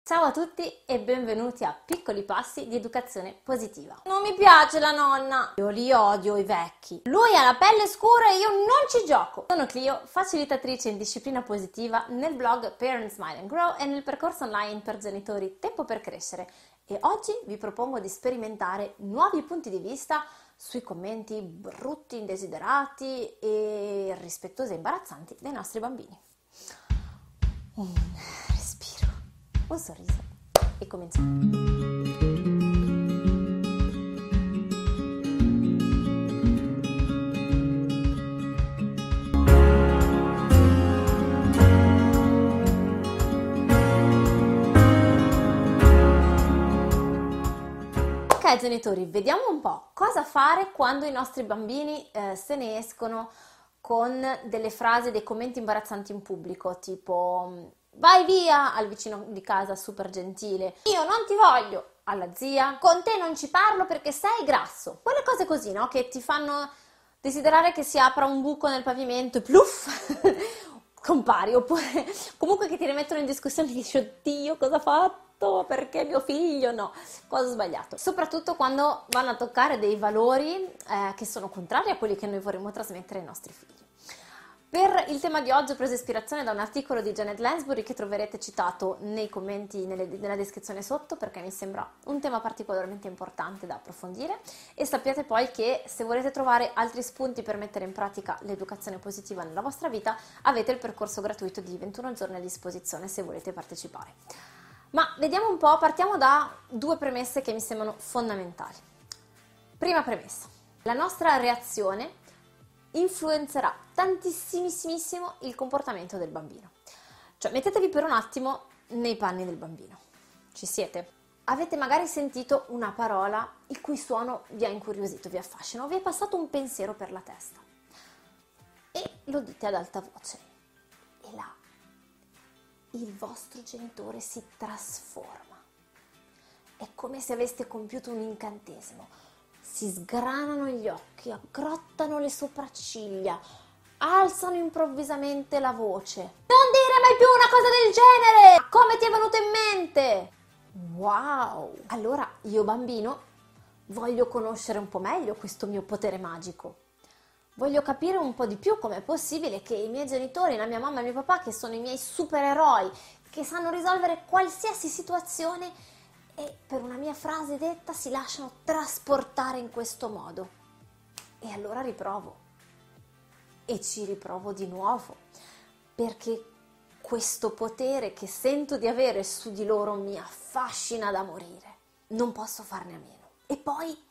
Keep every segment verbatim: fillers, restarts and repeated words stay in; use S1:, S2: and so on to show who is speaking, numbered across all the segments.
S1: Ciao a tutti e benvenuti a Piccoli Passi di Educazione Positiva. Non mi piace la nonna, io li odio i vecchi. Lui ha la pelle scura e io non ci gioco. Sono Clio, facilitatrice in disciplina positiva nel blog Parent Smile and Grow e nel percorso online per genitori Tempo per Crescere. E oggi vi propongo di sperimentare nuovi punti di vista sui commenti brutti, indesiderati e irrispettosi e imbarazzanti dei nostri bambini. Un respiro, un sorriso e cominciamo. Ok genitori, vediamo un po' cosa fare quando i nostri bambini eh, se ne escono con delle frasi, dei commenti imbarazzanti in pubblico, tipo vai via al vicino di casa super gentile, io non ti voglio, alla zia, con te non ci parlo perché sei grasso. Quelle cose così, no? Che ti fanno desiderare che si apra un buco nel pavimento e pluff, compari, oppure comunque che ti rimettono in discussione e dici oddio cosa ha fatto, perché mio figlio, no, cosa ho sbagliato. Soprattutto quando vanno a toccare dei valori eh, che sono contrari a quelli che noi vorremmo trasmettere ai nostri figli. Per il tema di oggi ho preso ispirazione da un articolo di Janet Lansbury che troverete citato nei commenti, nelle, nella descrizione sotto, perché mi sembra un tema particolarmente importante da approfondire. E sappiate poi che se volete trovare altri spunti per mettere in pratica l'educazione positiva nella vostra vita, avete il percorso gratuito di ventuno giorni a disposizione se volete partecipare. Ma vediamo un po', partiamo da due premesse che mi sembrano fondamentali. Prima premessa, la nostra reazione influenzerà tantissimissimo il comportamento del bambino. Cioè, mettetevi per un attimo nei panni del bambino. Ci siete? Avete magari sentito una parola il cui suono vi ha incuriosito, vi affascina, o vi è passato un pensiero per la testa e lo dite ad alta voce e là il vostro genitore si trasforma. È come se aveste compiuto un incantesimo. Si sgranano gli occhi, aggrottano le sopracciglia, alzano improvvisamente la voce. Non dire mai più una cosa del genere! Come ti è venuto in mente? Wow! Allora io bambino voglio conoscere un po' meglio questo mio potere magico. Voglio capire un po' di più com'è possibile che i miei genitori, la mia mamma e il mio papà, che sono i miei supereroi, che sanno risolvere qualsiasi situazione, e per una mia frase detta si lasciano trasportare in questo modo. E allora riprovo e ci riprovo di nuovo, perché questo potere che sento di avere su di loro mi affascina da morire, non posso farne a meno. E poi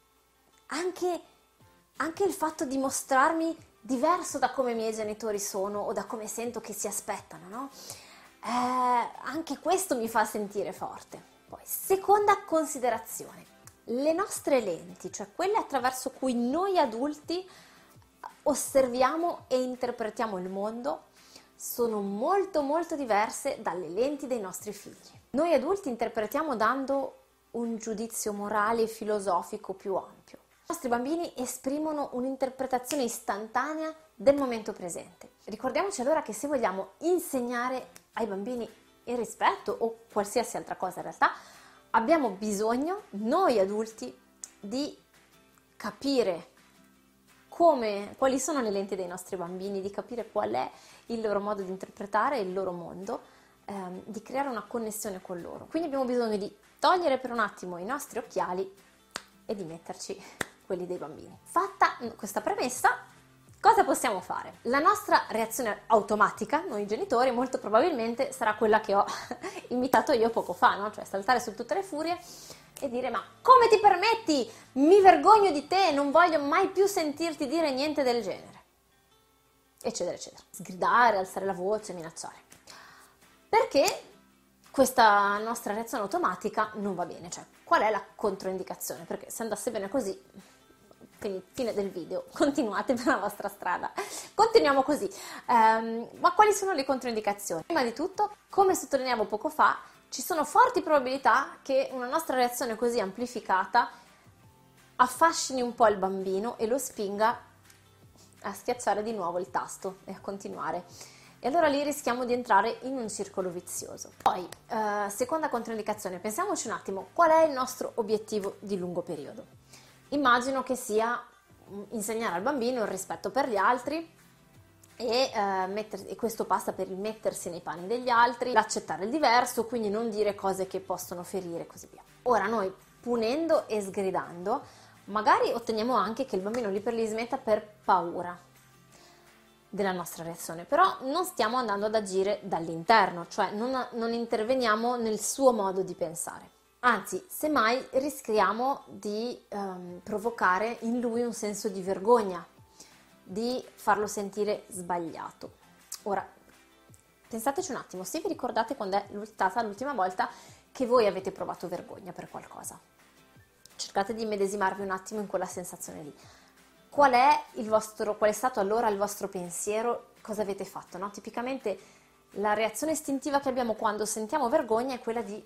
S1: anche, anche il fatto di mostrarmi diverso da come i miei genitori sono o da come sento che si aspettano, no? Eh, anche questo mi fa sentire forte. Poi, seconda considerazione, le nostre lenti, cioè quelle attraverso cui noi adulti osserviamo e interpretiamo il mondo, sono molto molto diverse dalle lenti dei nostri figli. Noi adulti interpretiamo dando un giudizio morale e filosofico più ampio. I nostri bambini esprimono un'interpretazione istantanea del momento presente. Ricordiamoci allora che se vogliamo insegnare ai bambini il rispetto o qualsiasi altra cosa in realtà, abbiamo bisogno, noi adulti, di capire come, quali sono le lenti dei nostri bambini, di capire qual è il loro modo di interpretare il loro mondo, ehm, di creare una connessione con loro. Quindi abbiamo bisogno di togliere per un attimo i nostri occhiali e di metterci quelli dei bambini. Fatta questa premessa, cosa possiamo fare? La nostra reazione automatica, noi genitori, molto probabilmente sarà quella che ho imitato io poco fa, no? Cioè saltare su tutte le furie e dire ma come ti permetti? Mi vergogno di te, non voglio mai più sentirti dire niente del genere. Eccetera, eccetera. Sgridare, alzare la voce, minacciare. Perché questa nostra reazione automatica non va bene. Cioè, qual è la controindicazione? Perché se andasse bene così, fine del video, continuate per la vostra strada. Continuiamo così. Um, ma quali sono le controindicazioni? Prima di tutto, come sottolineavo poco fa, ci sono forti probabilità che una nostra reazione così amplificata affascini un po' il bambino e lo spinga a schiacciare di nuovo il tasto e a continuare E allora lì rischiamo di entrare in un circolo vizioso. Poi, eh, seconda controindicazione, pensiamoci un attimo, qual è il nostro obiettivo di lungo periodo? Immagino che sia insegnare al bambino il rispetto per gli altri, E, eh, metter, e questo passa per il mettersi nei panni degli altri, l'accettare il diverso, quindi non dire cose che possono ferire e così via. Ora noi, punendo e sgridando, magari otteniamo anche che il bambino lì per lì smetta per paura della nostra reazione, però non stiamo andando ad agire dall'interno, cioè non, non interveniamo nel suo modo di pensare. Anzi, semmai rischiamo di ehm, provocare in lui un senso di vergogna, di farlo sentire sbagliato. Ora, pensateci un attimo, se vi ricordate quando è stata l'ultima volta che voi avete provato vergogna per qualcosa. Cercate di immedesimarvi un attimo in quella sensazione lì. Qual è il vostro, qual è stato allora il vostro pensiero? Cosa avete fatto? No? Tipicamente la reazione istintiva che abbiamo quando sentiamo vergogna è quella di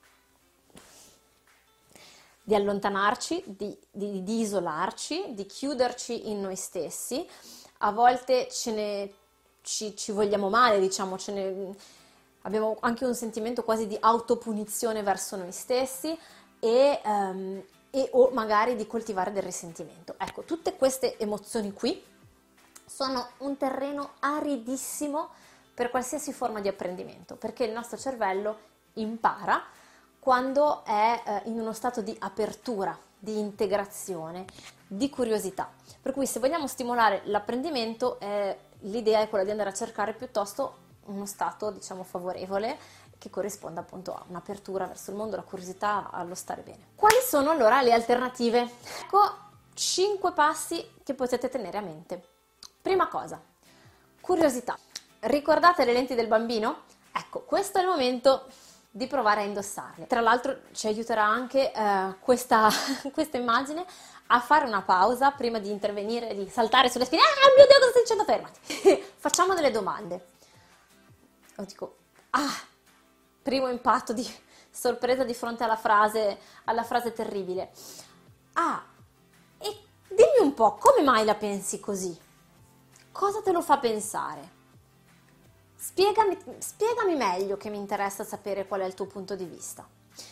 S1: di allontanarci, di, di, di isolarci, di chiuderci in noi stessi. A volte ce ne, ci, ci vogliamo male, diciamo, ce ne, abbiamo anche un sentimento quasi di autopunizione verso noi stessi e, um, e o magari di coltivare del risentimento. Ecco, tutte queste emozioni qui sono un terreno aridissimo per qualsiasi forma di apprendimento, perché il nostro cervello impara quando è eh, in uno stato di apertura, di integrazione, di curiosità. Per cui se vogliamo stimolare l'apprendimento, eh, l'idea è quella di andare a cercare piuttosto uno stato, diciamo, favorevole che corrisponda appunto a un'apertura verso il mondo, la curiosità, allo stare bene. Quali sono allora le alternative? Ecco cinque passi che potete tenere a mente. Prima cosa, curiosità. Ricordate le lenti del bambino? Ecco, questo è il momento di provare a indossarle. Tra l'altro ci aiuterà anche eh, questa, questa immagine a fare una pausa prima di intervenire, di saltare sulle spine. Ah mio Dio, cosa stai dicendo? Fermati! Facciamo delle domande. O dico, ah, primo impatto di sorpresa di fronte alla frase, alla frase terribile. Ah, e dimmi un po', come mai la pensi così? Cosa te lo fa pensare? Spiegami, spiegami meglio, che mi interessa sapere qual è il tuo punto di vista.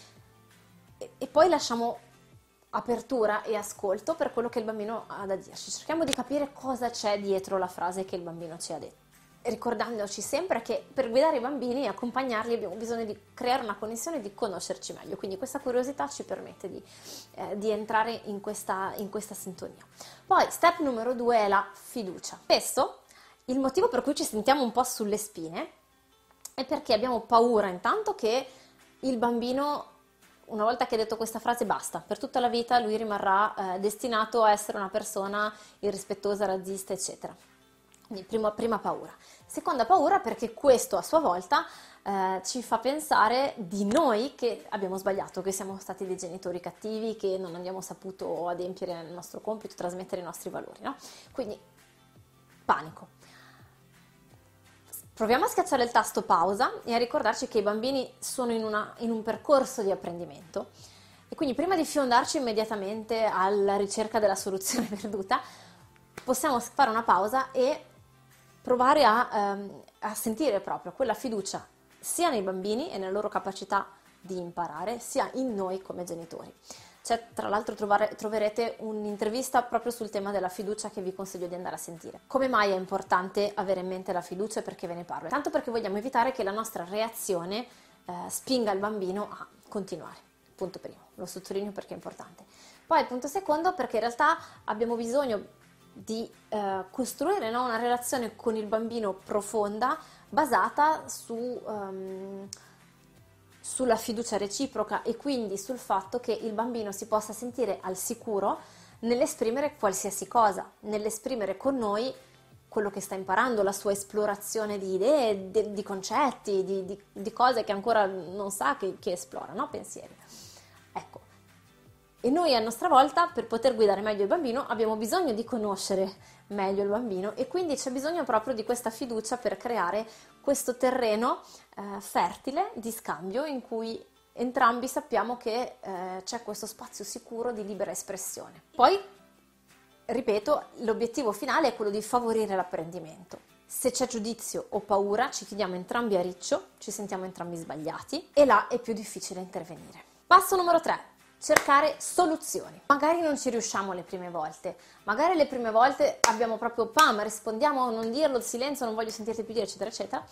S1: E, e poi lasciamo apertura e ascolto per quello che il bambino ha da dirci. Cerchiamo di capire cosa c'è dietro la frase che il bambino ci ha detto. Ricordandoci sempre che per guidare i bambini e accompagnarli abbiamo bisogno di creare una connessione e di conoscerci meglio. Quindi questa curiosità ci permette di, eh, di entrare in questa, in questa sintonia. Poi, step numero due è la fiducia. Spesso il motivo per cui ci sentiamo un po' sulle spine è perché abbiamo paura intanto che il bambino, una volta che ha detto questa frase, basta, per tutta la vita lui rimarrà eh, destinato a essere una persona irrispettosa, razzista, eccetera. Quindi prima, prima paura. Seconda paura perché questo a sua volta eh, ci fa pensare di noi che abbiamo sbagliato, che siamo stati dei genitori cattivi, che non abbiamo saputo adempiere al nostro compito, trasmettere i nostri valori, no? Quindi panico. Proviamo a schiacciare il tasto pausa e a ricordarci che i bambini sono in, una, in un percorso di apprendimento e quindi prima di fiondarci immediatamente alla ricerca della soluzione perduta, possiamo fare una pausa e provare a, ehm, a sentire proprio quella fiducia sia nei bambini e nella loro capacità di imparare, sia in noi come genitori. C'è, tra l'altro trovare, troverete un'intervista proprio sul tema della fiducia che vi consiglio di andare a sentire. Come mai è importante avere in mente la fiducia e perché ve ne parlo? Tanto perché vogliamo evitare che la nostra reazione eh, spinga il bambino a continuare. Punto primo, lo sottolineo perché è importante. Poi il punto secondo, perché in realtà abbiamo bisogno di eh, costruire, no, una relazione con il bambino profonda, basata su... Um, sulla fiducia reciproca e quindi sul fatto che il bambino si possa sentire al sicuro nell'esprimere qualsiasi cosa, nell'esprimere con noi quello che sta imparando, la sua esplorazione di idee, di, di concetti, di, di, di cose che ancora non sa che, che esplora, no? Pensieri. Ecco. E noi a nostra volta, per poter guidare meglio il bambino, abbiamo bisogno di conoscere meglio il bambino e quindi c'è bisogno proprio di questa fiducia per creare questo terreno eh, fertile di scambio in cui entrambi sappiamo che eh, c'è questo spazio sicuro di libera espressione. Poi, ripeto, l'obiettivo finale è quello di favorire l'apprendimento. Se c'è giudizio o paura, ci chiudiamo entrambi a riccio, ci sentiamo entrambi sbagliati e là è più difficile intervenire. Passo numero tre. Cercare soluzioni. Magari non ci riusciamo le prime volte, magari le prime volte abbiamo proprio pam, rispondiamo non dirlo, silenzio, non voglio sentirti più dire, eccetera, eccetera.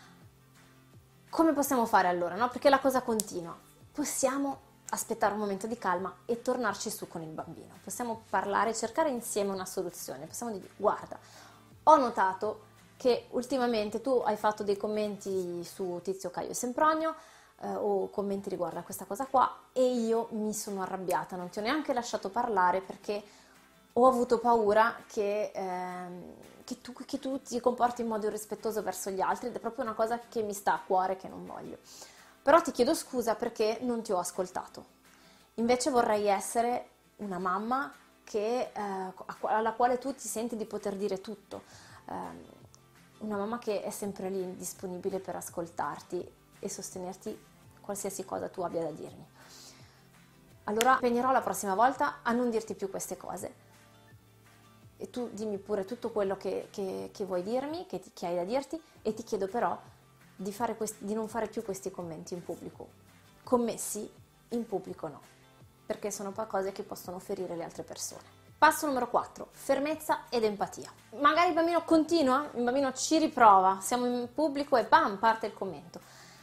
S1: Come possiamo fare allora, no? Perché la cosa continua. Possiamo aspettare un momento di calma e tornarci su con il bambino. Possiamo parlare, cercare insieme una soluzione. Possiamo dire, guarda, ho notato che ultimamente tu hai fatto dei commenti su Tizio, Caio e Sempronio, eh, o commenti riguardo a questa cosa qua, e io mi sono arrabbiata, non ti ho neanche lasciato parlare perché ho avuto paura che, ehm, che, tu, che tu ti comporti in modo irrispettoso verso gli altri, ed è proprio una cosa che mi sta a cuore, che non voglio. Però ti chiedo scusa perché non ti ho ascoltato. Invece vorrei essere una mamma che, eh, alla quale tu ti senti di poter dire tutto, eh, una mamma che è sempre lì disponibile per ascoltarti e sostenerti qualsiasi cosa tu abbia da dirmi. Allora impegnerò la prossima volta a non dirti più queste cose e tu dimmi pure tutto quello che, che, che vuoi dirmi, che, ti, che hai da dirti, e ti chiedo però di, fare questi, di non fare più questi commenti in pubblico. Commessi in pubblico no, perché sono poi cose che possono ferire le altre persone. Passo numero quattro, fermezza ed empatia. Magari il bambino continua, il bambino ci riprova, siamo in pubblico e bam, parte il commento.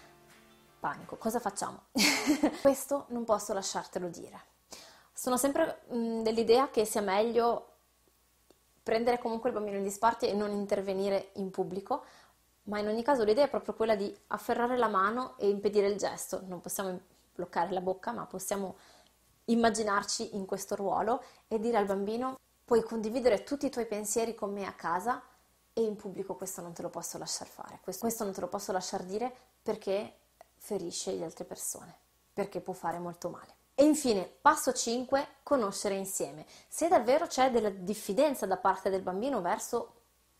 S1: Panico, cosa facciamo? Questo non posso lasciartelo dire. Sono sempre mh, dell'idea che sia meglio prendere comunque il bambino in disparte e non intervenire in pubblico, ma in ogni caso l'idea è proprio quella di afferrare la mano e impedire il gesto. Non possiamo bloccare la bocca, ma possiamo immaginarci in questo ruolo e dire al bambino: puoi condividere tutti i tuoi pensieri con me a casa e in pubblico questo non te lo posso lasciar fare, questo, questo non te lo posso lasciar dire perché ferisce le altre persone, perché può fare molto male. E infine, passo cinque, conoscere insieme. Se davvero c'è della diffidenza da parte del bambino verso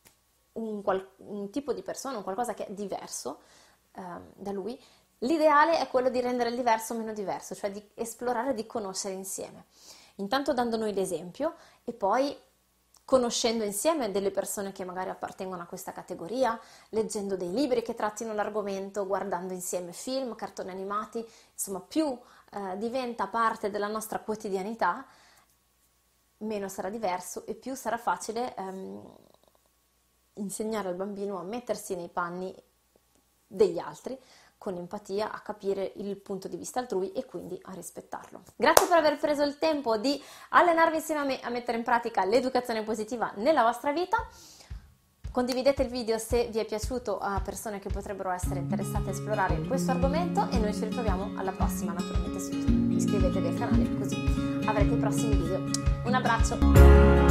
S1: un, qual- un tipo di persona, un qualcosa che è diverso eh, da lui, l'ideale è quello di rendere il diverso meno diverso, cioè di esplorare, di conoscere insieme. Intanto dando noi l'esempio e poi conoscendo insieme delle persone che magari appartengono a questa categoria, leggendo dei libri che trattino l'argomento, guardando insieme film, cartoni animati, insomma più eh, diventa parte della nostra quotidianità, meno sarà diverso e più sarà facile ehm, insegnare al bambino a mettersi nei panni degli altri, con empatia, a capire il punto di vista altrui e quindi a rispettarlo. Grazie per aver preso il tempo di allenarvi insieme a me a mettere in pratica l'educazione positiva nella vostra vita. Condividete il video se vi è piaciuto a persone che potrebbero essere interessate a esplorare questo argomento e noi ci ritroviamo alla prossima, naturalmente su YouTube. Iscrivetevi al canale così avrete i prossimi video. Un abbraccio!